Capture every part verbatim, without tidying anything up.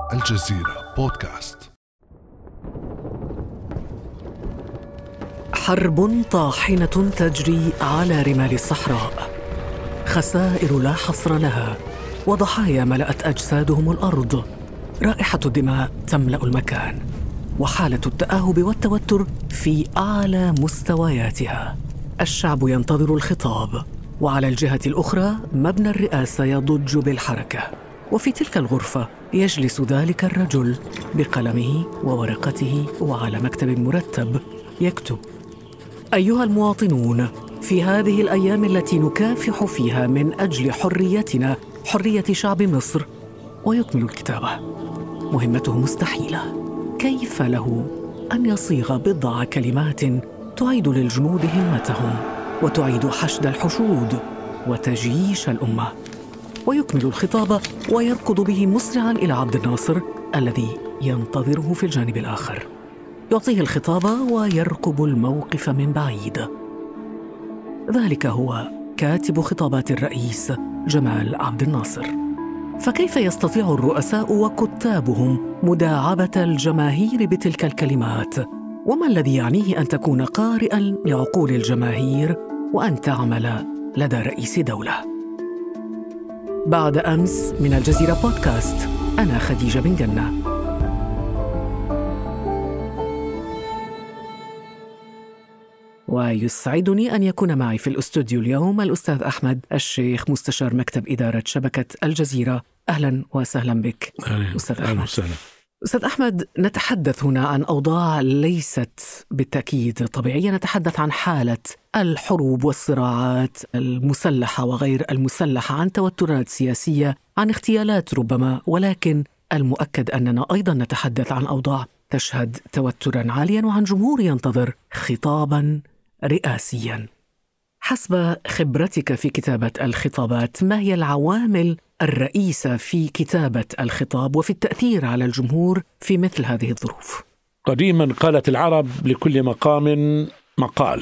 الجزيرة بودكاست. حرب طاحنة تجري على رمال الصحراء، خسائر لا حصر لها، وضحايا ملأت أجسادهم الأرض. رائحة الدماء تملأ المكان، وحالة التآهب والتوتر في أعلى مستوياتها. الشعب ينتظر الخطاب، وعلى الجهة الأخرى مبنى الرئاسة يضج بالحركة. وفي تلك الغرفة يجلس ذلك الرجل بقلمه وورقته وعلى مكتب مرتب يكتب: أيها المواطنون، في هذه الأيام التي نكافح فيها من أجل حريتنا، حرية شعب مصر. ويكمل الكتابة. مهمته مستحيلة. كيف له أن يصيغ بضع كلمات تعيد للجنود همتهم، وتعيد حشد الحشود وتجيش الأمة؟ ويكمل الخطاب ويركض به مسرعاً إلى عبد الناصر الذي ينتظره في الجانب الآخر. يعطيه الخطاب ويرقب الموقف من بعيد. ذلك هو كاتب خطابات الرئيس جمال عبد الناصر. فكيف يستطيع الرؤساء وكتابهم مداعبة الجماهير بتلك الكلمات؟ وما الذي يعنيه أن تكون قارئاً لعقول الجماهير وأن تعمل لدى رئيس دولة؟ بعد أمس من الجزيرة بودكاست، أنا خديجة بن جنة. ويسعدني أن يكون معي في الأستوديو اليوم الأستاذ أحمد الشيخ، مستشار مكتب إدارة شبكة الجزيرة. أهلا وسهلا بك أستاذ أحمد. وسهلا. أستاذ أحمد، نتحدث هنا عن أوضاع ليست بالتأكيد طبيعية. نتحدث عن حالة الحروب والصراعات المسلحة وغير المسلحة، عن توترات سياسية، عن اغتيالات ربما، ولكن المؤكد أننا أيضا نتحدث عن أوضاع تشهد توترا عاليا وعن جمهور ينتظر خطابا رئاسيا. حسب خبرتك في كتابة الخطابات، ما هي العوامل الرئيسة في كتابة الخطاب وفي التأثير على الجمهور في مثل هذه الظروف؟ قديما قالت العرب: لكل مقام مقال.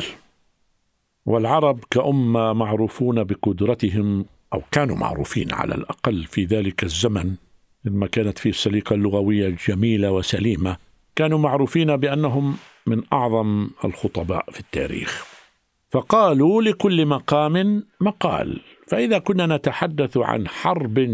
والعرب كأمة معروفون بقدرتهم، أو كانوا معروفين على الأقل في ذلك الزمن لما كانت فيه السليقة اللغوية جميلة وسليمة، كانوا معروفين بأنهم من أعظم الخطباء في التاريخ. فقالوا: لكل مقام مقال. فإذا كنا نتحدث عن حرب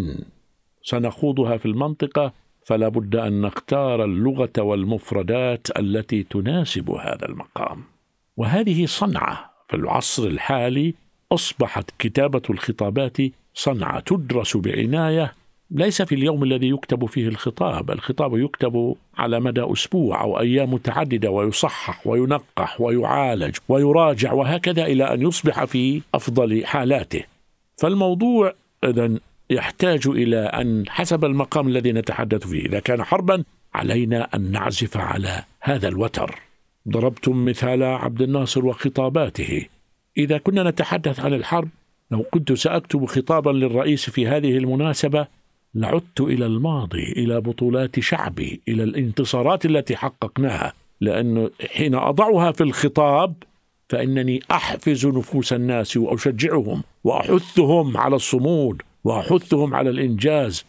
سنخوضها في المنطقة، فلا بد أن نختار اللغة والمفردات التي تناسب هذا المقام. وهذه صنعة في العصر الحالي. أصبحت كتابة الخطابات صنعة تدرس بعناية، ليس في اليوم الذي يكتب فيه الخطاب. الخطاب يكتب على مدى أسبوع أو أيام متعددة، ويصحح وينقح ويعالج ويراجع وهكذا إلى أن يصبح في أفضل حالاته. فالموضوع إذن يحتاج إلى أن حسب المقام الذي نتحدث فيه، إذا كان حربا علينا أن نعزف على هذا الوتر. ضربتم مثال عبد الناصر وخطاباته. إذا كنا نتحدث عن الحرب، لو كنت سأكتب خطابا للرئيس في هذه المناسبة لعدت إلى الماضي، إلى بطولات شعبي، إلى الانتصارات التي حققناها، لأنه حين أضعها في الخطاب فإنني أحفز نفوس الناس وأشجعهم وأحثهم على الصمود وأحثهم على الإنجاز.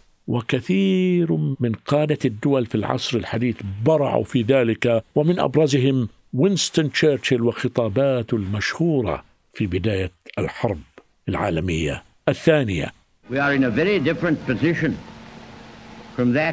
وكثير من قادة الدول في العصر الحديث برعوا في ذلك، ومن أبرزهم وينستون تشرشل وخطاباته المشهورة في بداية الحرب العالمية الثانية. We are in a very different position from that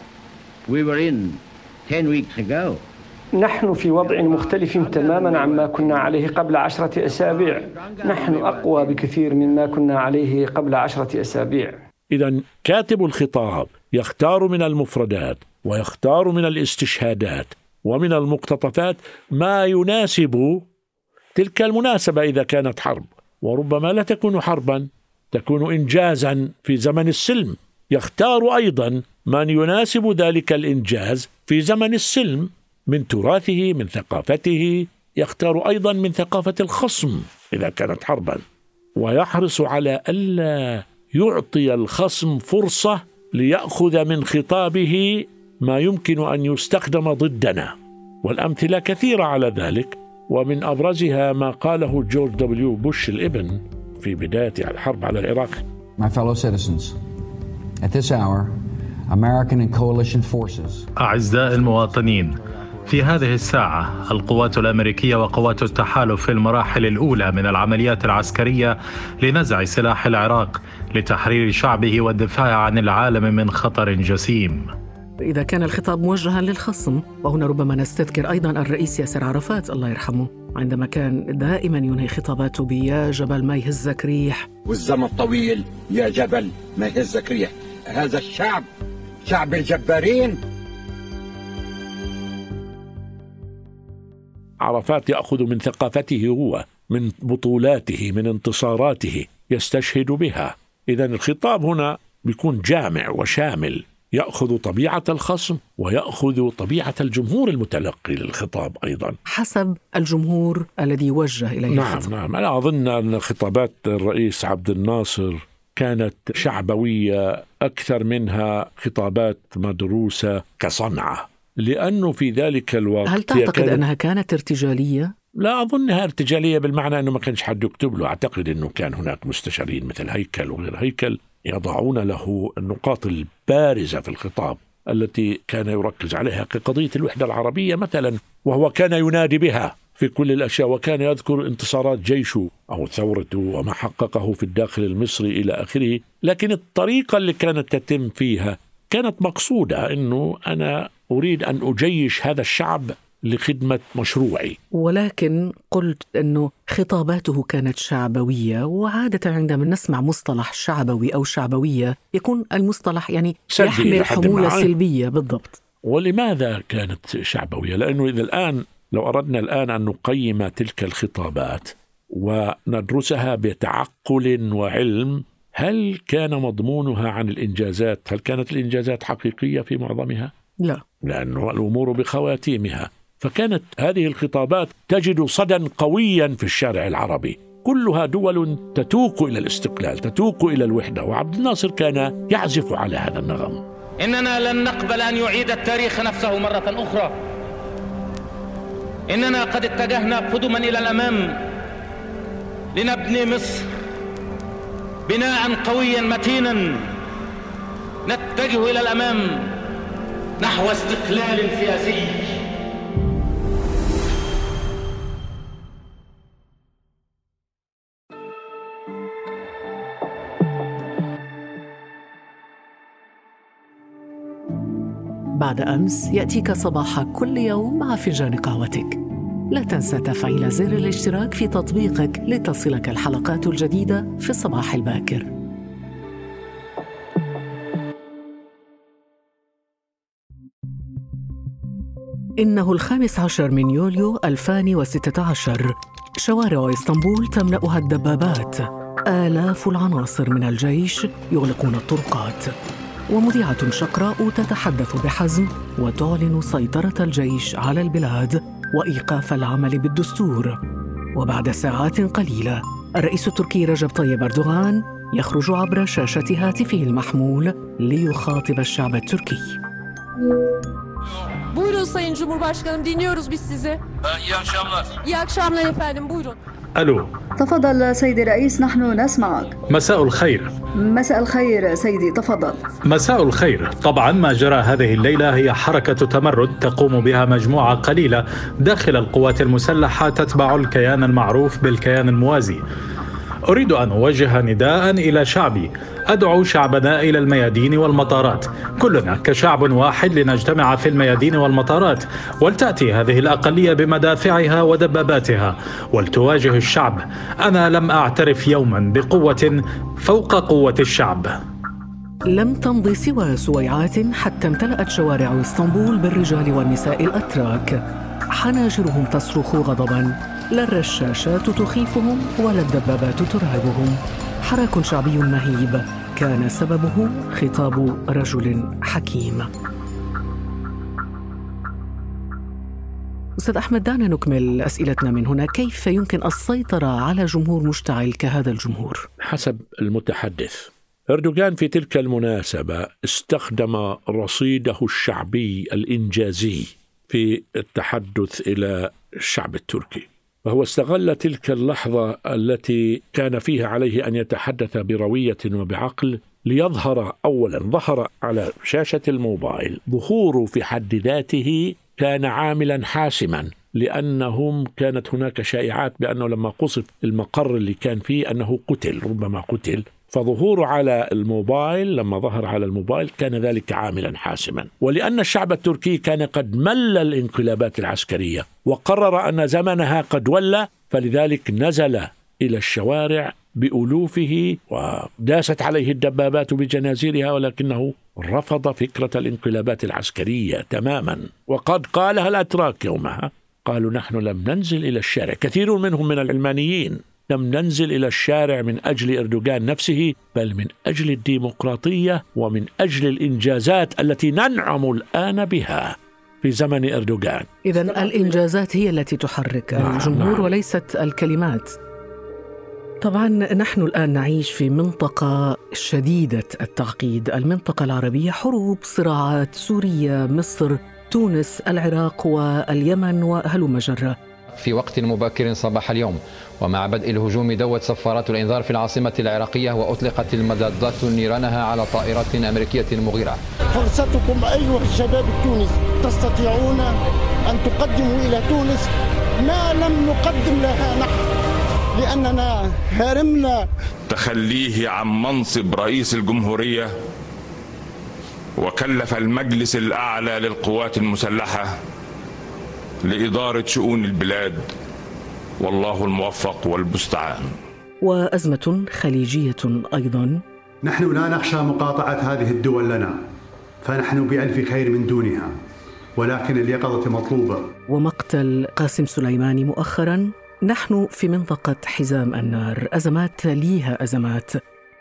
we were in ten weeks ago. نحن في وضع مختلف تماما عما كنا عليه قبل عشرة أسابيع. نحن أقوى بكثير مما كنا عليه قبل عشرة أسابيع. إذن كاتب الخطاب يختار من المفردات ويختار من الاستشهادات ومن المقتطفات ما يناسب تلك المناسبة إذا كانت حرب، وربما لا تكون حربا، تكون إنجازا في زمن السلم. يختار أيضا من يناسب ذلك الإنجاز في زمن السلم من تراثه، من ثقافته. يختار أيضا من ثقافة الخصم إذا كانت حربا، ويحرص على ألا يعطي الخصم فرصة ليأخذ من خطابه ما يمكن أن يستخدم ضدنا. والأمثلة كثيرة على ذلك، ومن أبرزها ما قاله جورج دبليو بوش الابن في بداية الحرب على العراق. My fellow citizens, at this hour American and coalition forces. أعزائي المواطنين، في هذه الساعة القوات الأمريكية وقوات التحالف في المراحل الأولى من العمليات العسكرية لنزع سلاح العراق لتحرير شعبه والدفاع عن العالم من خطر جسيم. إذا كان الخطاب موجها للخصم، وهنا ربما نستذكر أيضا الرئيس ياسر عرفات الله يرحمه عندما كان دائما ينهي خطاباته بيا جبل ما يهزك ريح، والزمن طويل يا جبل ما يهزك ريح. هذا الشعب شعب الجبارين. عرفات يأخذ من ثقافته هو، من بطولاته، من انتصاراته، يستشهد بها. إذن الخطاب هنا بيكون جامع وشامل، يأخذ طبيعة الخصم ويأخذ طبيعة الجمهور المتلقي للخطاب أيضا حسب الجمهور الذي وجه إليه نعم الخطاب. نعم أنا أظن أن خطابات الرئيس عبد الناصر كانت شعبوية أكثر منها خطابات مدروسة كصنعة، لأنه في ذلك الوقت هل تعتقد كانت... أنها كانت ارتجالية؟ لا أظنها ارتجالية بالمعنى أنه ما كانش حد يكتب له. أعتقد أنه كان هناك مستشارين مثل هيكل وغير هيكل يضعون له النقاط البارزة في الخطاب التي كان يركز عليها كقضية الوحدة العربية مثلا، وهو كان ينادي بها في كل الأشياء، وكان يذكر انتصارات جيشه أو ثورته وما حققه في الداخل المصري إلى آخره. لكن الطريقة اللي كانت تتم فيها كانت مقصودة، أنه أنا أريد أن أجيش هذا الشعب لخدمة مشروعي. ولكن قلت أنه خطاباته كانت شعبوية، وعادة عندما نسمع مصطلح شعبوي أو شعبوية يكون المصطلح يعني يحمل حمولة سلبية. بالضبط. ولماذا كانت شعبوية؟ لأنه إذا الآن لو أردنا الآن أن نقيم تلك الخطابات وندرسها بتعقل وعلم، هل كان مضمونها عن الإنجازات؟ هل كانت الإنجازات حقيقية في معظمها؟ لا، لأنه الأمور بخواتيمها. فكانت هذه الخطابات تجد صدى قويا في الشارع العربي، كلها دول تتوق إلى الاستقلال، تتوق إلى الوحدة، وعبد الناصر كان يعزف على هذا النغم. إننا لن نقبل أن يعيد التاريخ نفسه مرة أخرى. إننا قد اتجهنا قدما إلى الأمام لنبني مصر بناء قويا متينا، نتجه إلى الأمام نحو استقلال سياسي. بعد أمس يأتيك صباح كل يوم مع فنجان قهوتك. لا تنسى تفعيل زر الاشتراك في تطبيقك لتصلك الحلقات الجديدة في الصباح الباكر. إنه الخامس عشر من يوليو ألفين وستة عشر. شوارع اسطنبول تملأها الدبابات، آلاف العناصر من الجيش يغلقون الطرقات، ومذيعة شقراء تتحدث بحزم وتعلن سيطرة الجيش على البلاد وإيقاف العمل بالدستور. وبعد ساعات قليلة الرئيس التركي رجب طيب أردوغان يخرج عبر شاشة هاتفه المحمول ليخاطب الشعب التركي. Buyurun Sayın Cumhurbaşkanım, dinliyoruz biz sizi. İyi akşamlar. İyi akşamlar efendim, buyurun. ألو. تفضل سيدي الرئيس، نحن نسمعك. مساء الخير. مساء الخير سيدي، تفضل. مساء الخير. طبعا ما جرى هذه الليلة هي حركة تمرد تقوم بها مجموعة قليلة داخل القوات المسلحة تتبع الكيان المعروف بالكيان الموازي. أريد أن أوجه نداء إلى شعبي، أدعو شعبنا إلى الميادين والمطارات، كلنا كشعب واحد لنجتمع في الميادين والمطارات، ولتأتي هذه الأقلية بمدافعها ودباباتها ولتواجه الشعب. أنا لم أعترف يوما بقوة فوق قوة الشعب. لم تمضي سوى سويعات حتى امتلأت شوارع اسطنبول بالرجال والنساء الأتراك، حناجرهم تصرخ غضبا، لا الرشاشات تخيفهم ولا الدبابات ترهبهم. حراك شعبي مهيب كان سببه خطاب رجل حكيم. أستاذ أحمد، دعنا نكمل أسئلتنا من هنا. كيف يمكن السيطرة على جمهور مشتعل كهذا الجمهور؟ حسب المتحدث، أردوغان في تلك المناسبة استخدم رصيده الشعبي الإنجازي في التحدث إلى الشعب التركي، وهو استغل تلك اللحظة التي كان فيها عليه أن يتحدث بروية وبعقل ليظهر أولا، ظهر على شاشة الموبايل. ظهوره في حد ذاته كان عاملا حاسما، لأنهم كانت هناك شائعات بأنه لما قصف المقر اللي كان فيه أنه قتل، ربما قتل، فظهوره على الموبايل لما ظهر على الموبايل كان ذلك عاملا حاسما. ولأن الشعب التركي كان قد مل الانقلابات العسكرية وقرر أن زمنها قد ولى، فلذلك نزل إلى الشوارع بألوفه وداست عليه الدبابات بجنازيرها، ولكنه رفض فكرة الانقلابات العسكرية تماما. وقد قالها الأتراك يومها، قالوا نحن لم ننزل إلى الشارع، كثير منهم من العلمانيين، لم ننزل إلى الشارع من أجل إردوغان نفسه، بل من أجل الديمقراطية ومن أجل الإنجازات التي ننعم الآن بها في زمن إردوغان. إذن الإنجازات هي التي تحرك نعم الجمهور نعم. وليست الكلمات. طبعا نحن الآن نعيش في منطقة شديدة التعقيد، المنطقة العربية، حروب، صراعات، سوريا، مصر، تونس، العراق واليمن وهلم جرة. في وقت مبكر صباح اليوم ومع بدء الهجوم دوت صفارات الإنذار في العاصمة العراقية، وأطلقت المضادات نيرانها على طائرات أمريكية مغيرة. فرصتكم أيها الشباب التونسي، تستطيعون أن تقدموا إلى تونس ما لم نقدم لها نحن، لأننا هرمنا تخليه عن منصب رئيس الجمهورية، وكلف المجلس الأعلى للقوات المسلحة لإدارة شؤون البلاد، والله الموفق والمستعان. وأزمة خليجية أيضا. نحن لا نخشى مقاطعة هذه الدول لنا، فنحن بألف خير من دونها، ولكن اليقظة مطلوبة. ومقتل قاسم سليماني مؤخرا. نحن في منطقة حزام النار، أزمات ليها أزمات.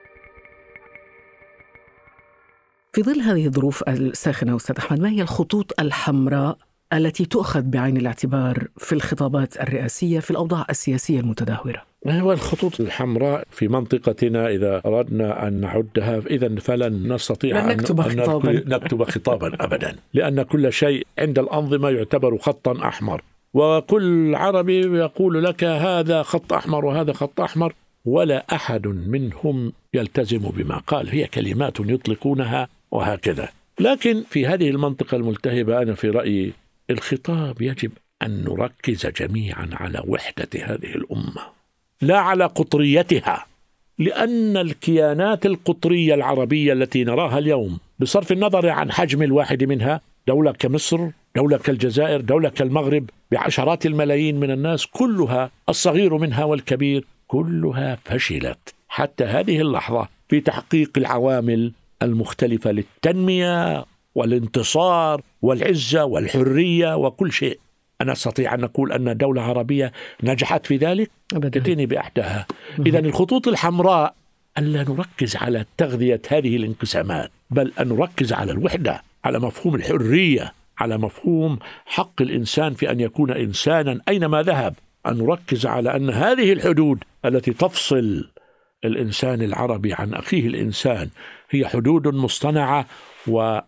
في ظل هذه الظروف الساخنة أستاذ أحمد، ما هي الخطوط الحمراء التي تؤخذ بعين الاعتبار في الخطابات الرئاسية في الأوضاع السياسية المتدهورة؟ ما هو الخطوط الحمراء في منطقتنا إذا أردنا أن نعدها؟ إذن فلن نستطيع أن نكتب خطابا. نكتب خطابا أبدا، لأن كل شيء عند الأنظمة يعتبر خطا أحمر، وكل عربي يقول لك هذا خط أحمر وهذا خط أحمر، ولا أحد منهم يلتزم بما قال، هي كلمات يطلقونها وهكذا. لكن في هذه المنطقة الملتهبة أنا في رأيي الخطاب يجب أن نركز جميعا على وحدة هذه الأمة، لا على قطريتها، لأن الكيانات القطرية العربية التي نراها اليوم بصرف النظر عن حجم الواحد منها، دولة كمصر، دولة كالجزائر، دولة كالمغرب بعشرات الملايين من الناس، كلها الصغير منها والكبير كلها فشلت حتى هذه اللحظة في تحقيق العوامل المختلفة للتنمية والانتصار والعزة والحرية وكل شيء. أنا أستطيع أن أقول أن دولة عربية نجحت في ذلك؟ تأتيني بأحداها. إذن الخطوط الحمراء ألا نركز على تغذية هذه الانقسامات، بل أن نركز على الوحدة، على مفهوم الحرية، على مفهوم حق الإنسان في أن يكون إنسانا أينما ذهب، أن نركز على أن هذه الحدود التي تفصل الإنسان العربي عن أخيه الإنسان هي حدود مصطنعة و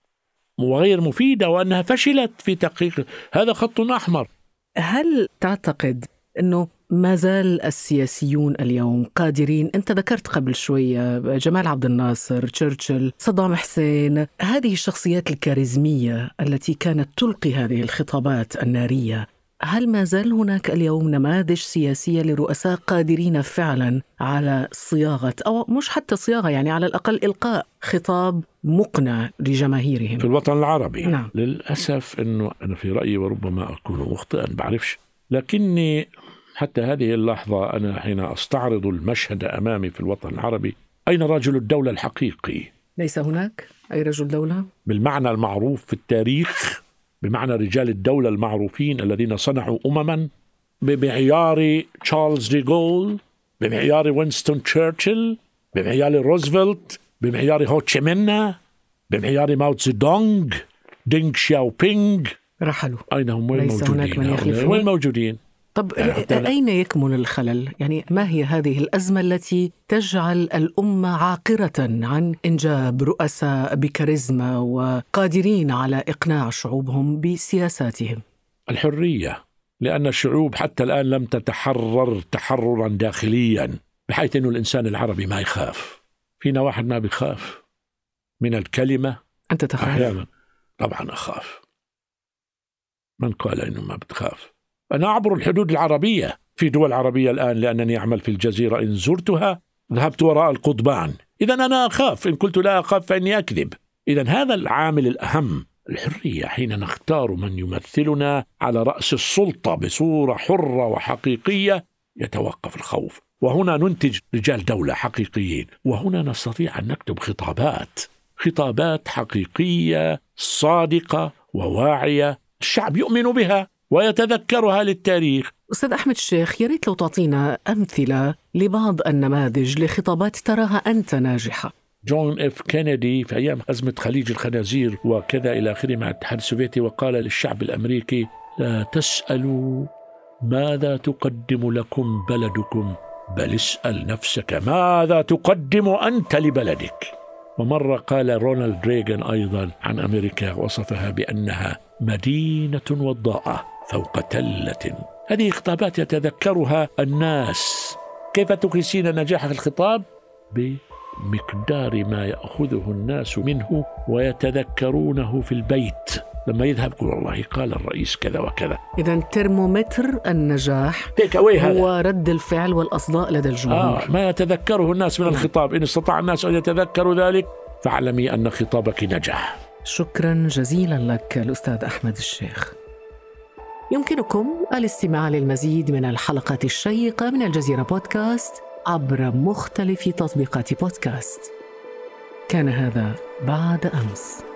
وغير مفيدة، وأنها فشلت في تحقيق هذا خط أحمر. هل تعتقد أنه ما زال السياسيون اليوم قادرين؟ أنت ذكرت قبل شوية جمال عبد الناصر، تشرشل، صدام حسين، هذه الشخصيات الكاريزمية التي كانت تلقي هذه الخطابات النارية، هل ما زال هناك اليوم نماذج سياسية لرؤساء قادرين فعلا على صياغة، أو مش حتى صياغة، يعني على الأقل إلقاء خطاب مقنع لجماهيرهم في الوطن العربي؟ نعم. للأسف أنه أنا في رأيي، وربما أكون مخطئا بعرفش، لكني حتى هذه اللحظة أنا حين أستعرض المشهد أمامي في الوطن العربي، أين رجل الدولة الحقيقي؟ ليس هناك أي رجل دولة بالمعنى المعروف في التاريخ، بمعنى رجال الدولة المعروفين الذين صنعوا أمما بمعيار تشارلز دي غول، بمعيار وينستون تشرشل، بمعيار روزفلت، بمعيار هو تشي مينا، بمعيار ماو تزي دونغ، دينغ شياو بينغ. رحلوا. أين هم؟ وين موجودين؟ وين موجودين؟ طب أين يكمن الخلل؟ يعني ما هي هذه الأزمة التي تجعل الأمة عاقرة عن إنجاب رؤساء بكاريزما وقادرين على إقناع شعوبهم بسياساتهم؟ الحرية، لأن الشعوب حتى الآن لم تتحرر تحررا داخليا، بحيث أن الإنسان العربي ما يخاف فينا واحد ما بيخاف من الكلمة؟ أنت تخاف؟ أحيانا طبعا أخاف. من قال إنه ما بتخاف؟ أنا أعبر الحدود العربية في دول عربية الآن لأنني أعمل في الجزيرة. إن زرتها ذهبت وراء القضبان، إذن أنا أخاف. إن قلت لا أخاف فإني أكذب. إذن هذا العامل الأهم، الحرية. حين نختار من يمثلنا على رأس السلطة بصورة حرة وحقيقية يتوقف الخوف، وهنا ننتج رجال دولة حقيقيين، وهنا نستطيع أن نكتب خطابات خطابات حقيقية صادقة وواعية الشعب يؤمن بها ويتذكرها للتاريخ. أستاذ أحمد الشيخ، ياريت لو تعطينا أمثلة لبعض النماذج لخطابات تراها أنت ناجحة. جون إف كينيدي في أيام أزمة خليج الخنازير وكذا إلى آخره مع الاتحاد السوفيتي، وقال للشعب الأمريكي: لا تسألوا ماذا تقدم لكم بلدكم، بل اسأل نفسك ماذا تقدم أنت لبلدك. ومرة قال رونالد ريغان أيضا عن أمريكا، وصفها بأنها مدينة وضاءة فوق تلة. هذه خطابات يتذكرها الناس. كيف تقيسين نجاح الخطاب؟ بمقدار ما يأخذه الناس منه ويتذكرونه في البيت. لما يذهب يقول والله قال الرئيس كذا وكذا. إذن ترمومتر النجاح هو رد الفعل والأصداء لدى الجمهور. آه ما يتذكره الناس من الخطاب. إن استطاع الناس أن يتذكروا ذلك فاعلمي أن خطابك نجح. شكرا جزيلا لك الأستاذ أحمد الشيخ. يمكنكم الاستماع للمزيد من الحلقات الشيقة من الجزيرة بودكاست عبر مختلف تطبيقات بودكاست. كان هذا بعد أمس.